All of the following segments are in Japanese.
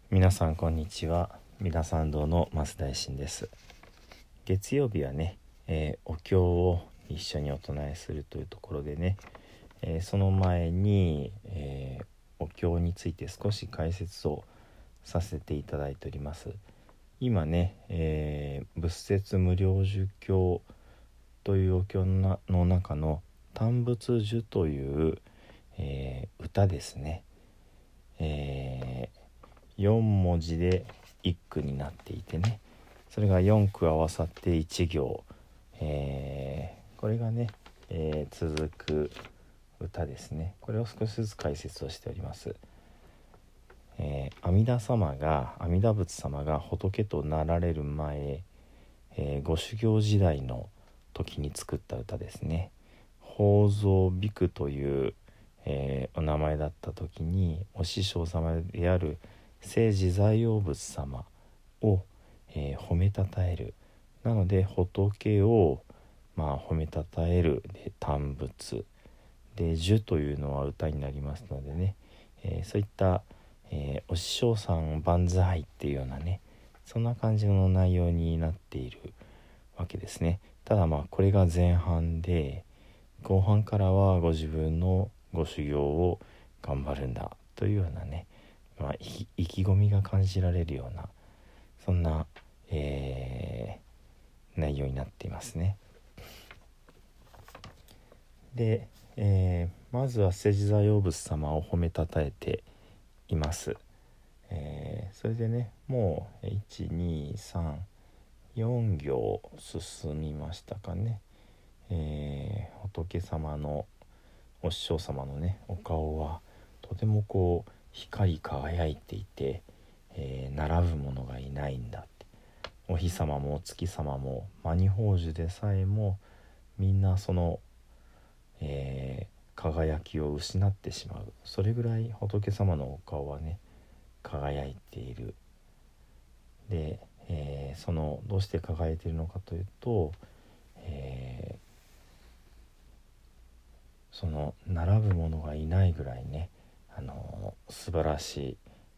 皆さんこんにちは。三田参道の増大臣です。月曜日はね、お経を一緒にお唱えするというところでね、その前に、お経について少し解説をさせていただいております。今ね、仏説無量寿経というお経の中の歎仏呪という、歌ですね、4文字で一句になっていてね、それが4句合わさって1行、これがね、続く歌ですね。これを少しずつ解説をしております。阿弥陀仏様が仏となられる前、ご修行時代の時に作った歌ですね。法蔵比丘という、お名前だった時にお師匠様である聖自在王仏様を、褒めたたえる。なので仏を、褒めたたえるで歎仏で呪というのは歌になりますのでね、そういった、お師匠さん万歳っていうようなね、そんな感じの内容になっているわけですね。ただこれが前半で、後半からはご自分のご修行を頑張るんだというようなね、意気込みが感じられるような、そんな、内容になっていますね。で、まずは聖自在王仏様を褒めたたえています。それでね、もう123 4行進みましたかね。仏様のお師匠様のね、お顔はとても光り輝いていて、並ぶ者がいないんだって。お日様もお月様もマニ宝珠でさえもみんなその、輝きを失ってしまう。それぐらい仏様のお顔はね、輝いている。で、そのどうして輝いているのかというと、その並ぶ者がいないぐらいね、素晴らしい、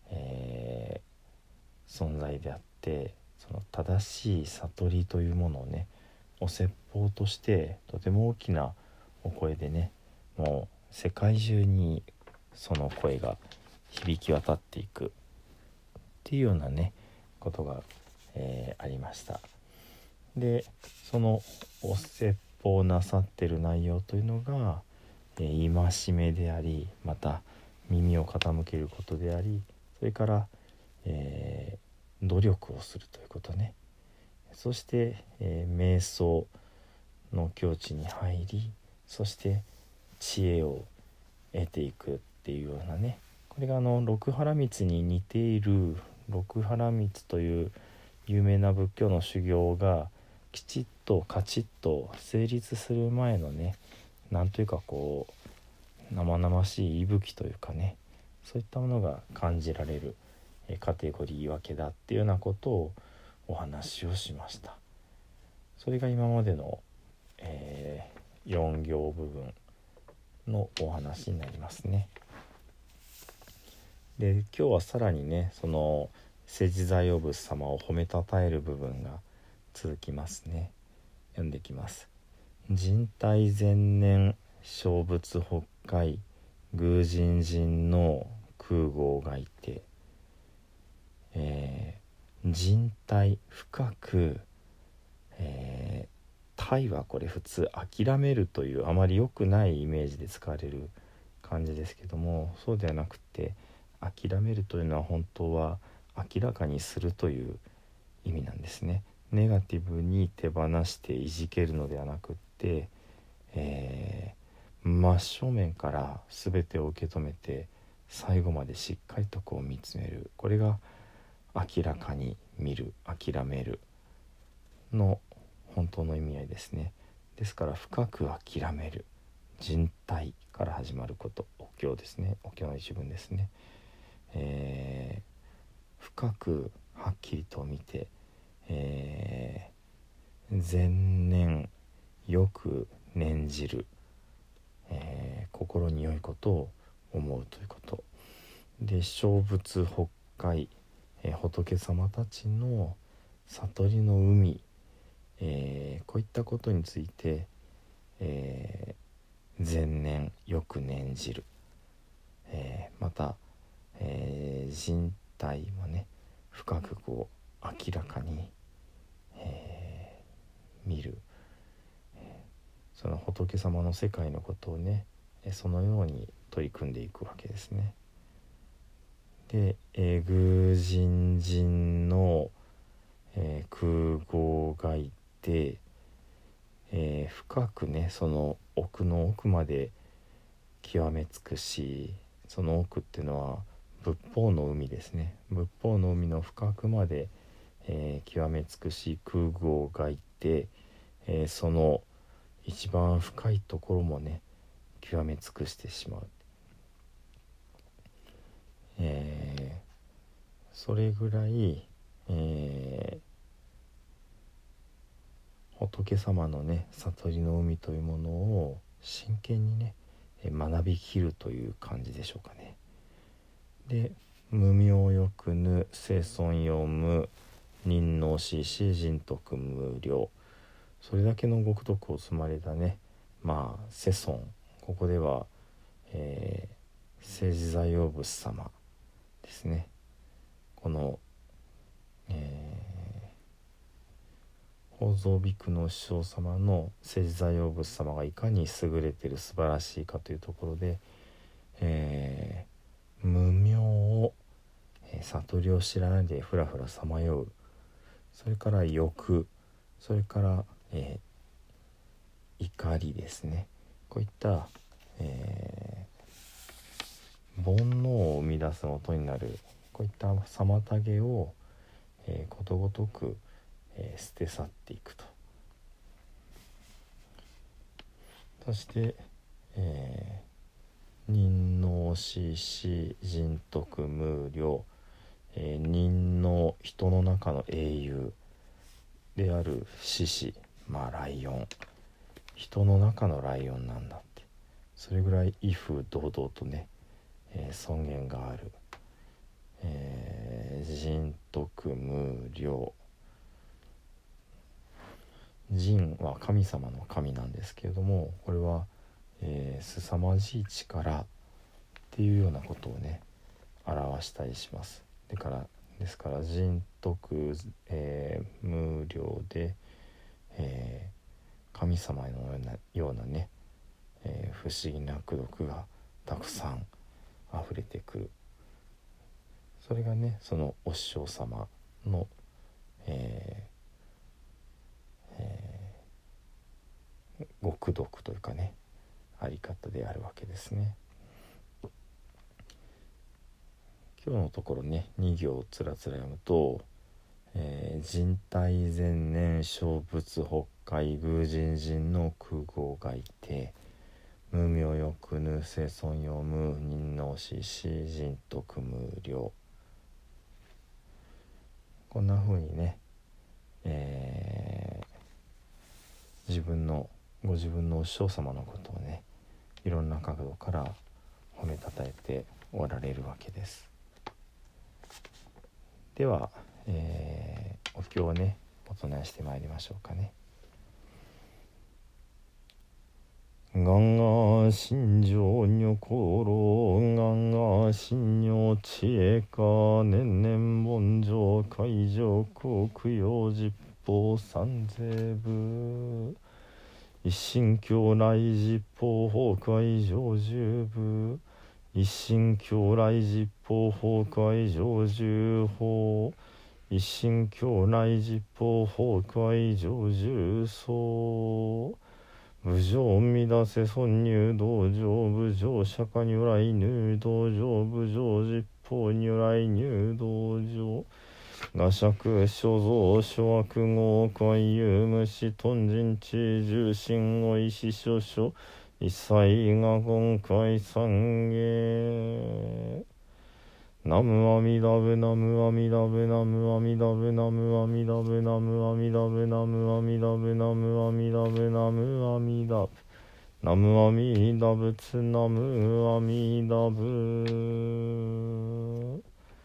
存在であって、その正しい悟りというものをね、お説法としてとても大きなお声でね、もう世界中にその声が響き渡っていくっていうようなねことが、ありました。で、そのお説法なさってる内容というのが、戒めであり、また耳を傾けることであり、それから、努力をするということね。そして、瞑想の境地に入り、そして知恵を得ていくっていうようなね、これが六波羅蜜に似ている。六波羅蜜という有名な仏教の修行がきちっとカチッと成立する前のね、なんというか生々しい息吹というかね、そういったものが感じられるカテゴリー分けだっていうようなことをお話をしました。それが今までの、4行部分のお話になりますね。で、今日はさらにね、その聖自在王仏様を褒めたたえる部分が続きますね。読んできます。人体前年小仏北海偶人人の空壕がいて、人体深く、体はこれ普通諦めるというあまり良くないイメージで使われる感じですけども、そうではなくて、諦めるというのは本当は明らかにするという意味なんですね。ネガティブに手放していじけるのではなくって、真正面から全てを受け止めて最後までしっかりと見つめる。これが明らかに見る、諦めるの本当の意味合いですね。ですから深く諦める、人体から始まること、お経ですね。お経の一文ですね。深くはっきりと見て、前念よく念じる、心に良いことを思うということで、小仏北海、 仏様たちの悟りの海、こういったことについて、前年よく念じる、また、人体もね深くこう明らかに、見る、その仏様の世界のことをねそのように取り組んでいくわけですね。で、愚人人の、空語がいて、深くねその奥の奥まで極め尽くし、その奥っていうのは仏法の海ですね。仏法の海の深くまで、極め尽くし空語がいて、その一番深いところもね極め尽くしてしまう、それぐらい、仏様のね悟りの海というものを真剣にね学びきるという感じでしょうかね。で、無明欲ぬ世尊用無忍能しし人徳無量、それだけのご功徳を積まれたね世尊、ここでは、聖自在王仏様ですね。この、宝蔵ビクの師匠様の聖自在王仏様がいかに優れている素晴らしいかというところで、無明を、悟りを知らないでふらふらさまよう、それから欲、それから、怒りですね。こういった、煩悩を生み出す元になるこういった妨げを、ことごとく、捨て去っていくと。そして、忍能しし人徳無量、忍の人の中の英雄である獅子、ライオン、人の中のライオンなんだって、それぐらい威風堂々とね、尊厳がある、人徳無量、人は神様の神なんですけれども、これは、凄まじい力っていうようなことをね表したりします。ですから人徳、無量で、神様のようなね、不思議な功徳がたくさん溢れてくる。それがねそのお師匠様の、ご功徳というかねあり方であるわけですね。今日のところね2行つらつら読むと、人体前年小仏北海偶人人の空語がいて、無明欲ぬ世尊用無忍能しし人徳無量、こんな風にね、ご自分のお師匠様のことをねいろんな角度から褒めたたえておられるわけです。では、お経をねお唱えしてまいりましょうかね。がんが心情女心、がんが心女知恵か、年々盆上海上空供養十法三世部、一心教来十法法会上十部、一心教来十法法会上十法、一心教来十法法会上十僧、無常乱せ尊入道場、無常釈迦如来入道場、無常十法如来入道場、我釈所蔵諸悪業海遊無視頓人知重心を意志諸々一切が今回三芸、ナムアミダブナムアミダブナムアミダブナムアミダブナムアミダブナムアミダブナムアミダブナムアミダブナムアミダブツナムアミダブ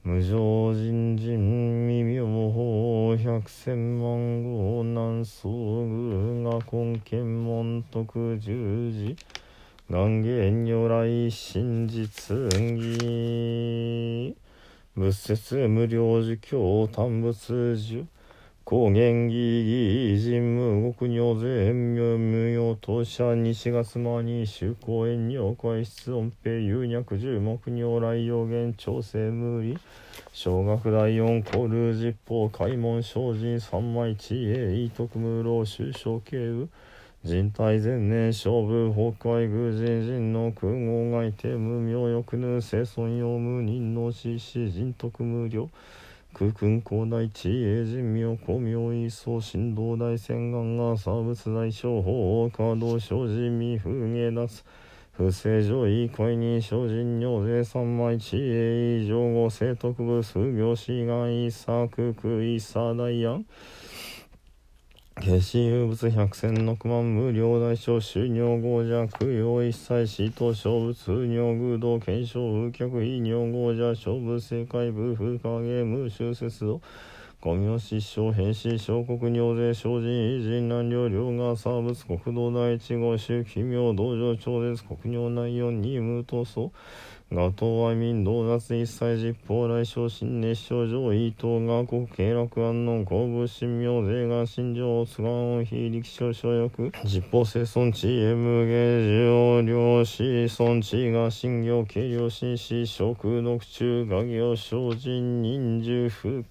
無常人人未妙法百千万号南宋宮が根検門徳十字願言如来真実義仏説無量寿経単仏樹高原義義人無極如全無無用当社西月間に修行縁如会室音平有脈十目如来用言調整無理小学第四古ル実法開門精進三昧知恵徳無老修正慶右人体前年勝負崩壊偶人人の空合外定無名欲ぬ生存用無人の死死人徳無量空君広大知恵人名光明一層神道大仙願が差仏大小法華道生じ未不下脱不正常位会人精進尿税三昧知恵以上語聖徳部数行志願一作空一差大安下死有物百千億万無量大小収尿合者供養一切死と小物尿偶道検証風客非尿合者小物世界部風影無臭節度五名失笑変死小国尿税精進偉人難量量が差物国道第一号宗奇妙道場超絶国尿内四二無闘争ガト愛民道脱一切実法来昇進熱症上位等が国経楽安能公武神妙税願心情津願非力所所欲実法生存地へ無下受領子孫地が信行軽量心死食毒中画行精進忍受不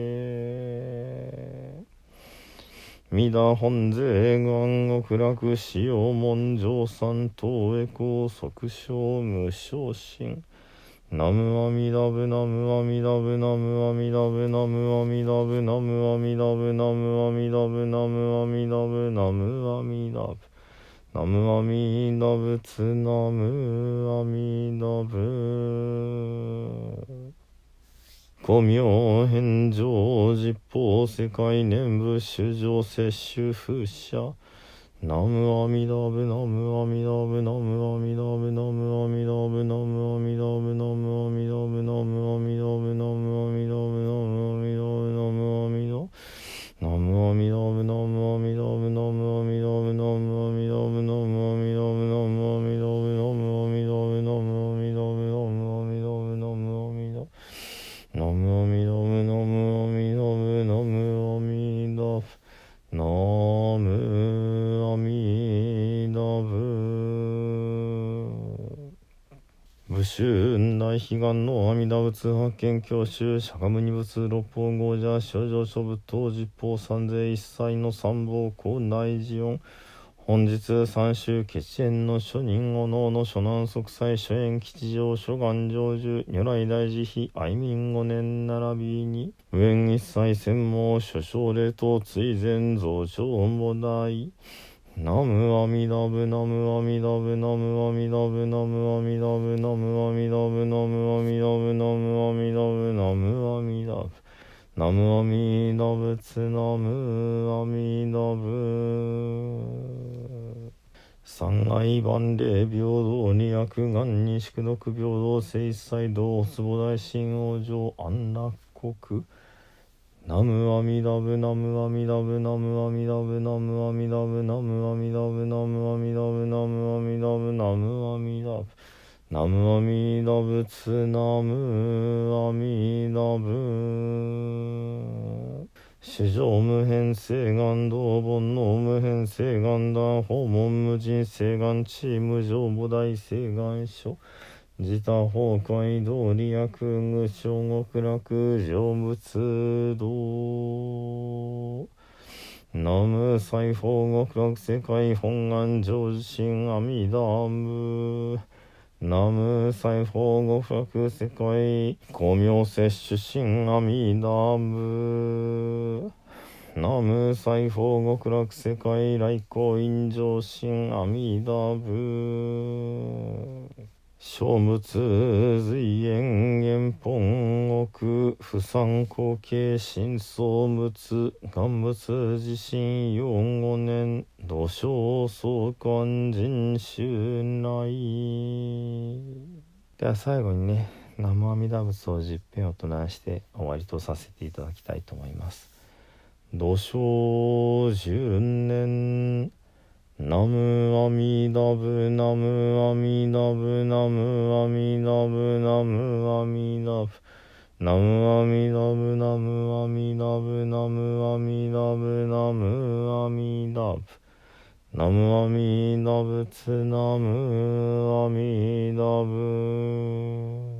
敬弥陀本税願極楽使用文上三等へ高即生無昇進ナムアミダブナムアミダブナムアミダブナムアミダブナムアミダブナムアミダブナムアミダブナムアミダブナムアミダブツナムアミダブ古妙返上実法世界念仏主上摂取不捨ナムアミダブナムアミダブナムアミダブナムアミダブナムアミダブナムアミダブナムアミダブナムアミダブナムアミダブナムアミダナムアミダブナムアミダブナムアミダブナムアミダブナムアミダブナムアミダブナムアミダブナムアミダブナムアミダブナムアミダブナムアミダブナムアミダブナムアミダブナムアミダブ武州大悲願の阿弥陀仏発見教習釈迦牟尼仏六法合者諸上諸仏等十法三世一切の三宝校内寺音本日三州決縁の諸人お能の諸南息災諸縁吉祥諸願成就如来大慈悲愛民五年並びに無縁一切専門諸奨礼等追善増長母大ナムアミダブナムアミダブナムアミダブナムアミダブナムアミダブナムアミダブナムアミダブナムアミダブナムアミダブツナムアミダブ三愛万霊平等二悪願二宿毒平等聖一切道おつぼ大神王上安楽国ナムアミダブナムアミダブナムアミダブナムアミダブナムアミダブナムアミダブナムアミダブナムアミダブナムアミダブツナムアミダブ史上無変誓願道本の無変誓願談訪問無人誓願地無常母大誓願書自他崩壊道理薬具小極楽成仏道南無西方極楽世界本願成就心阿弥陀仏南無西方極楽世界光明摂取心阿弥陀仏南無西方極楽世界来光陰上心阿弥陀仏小仏随縁元本奥不参後継新相仏願仏自身4、5年土生相関人衆内では最後にね南無阿弥陀仏を10遍お唱えして終わりとさせていただきたいと思います。土生十年南無阿弥陀仏南無阿弥陀仏南無阿弥陀仏南無阿弥陀仏南無阿弥陀仏南無阿弥陀仏南無阿弥陀仏南無阿弥陀仏南無阿弥陀仏南無阿弥陀仏。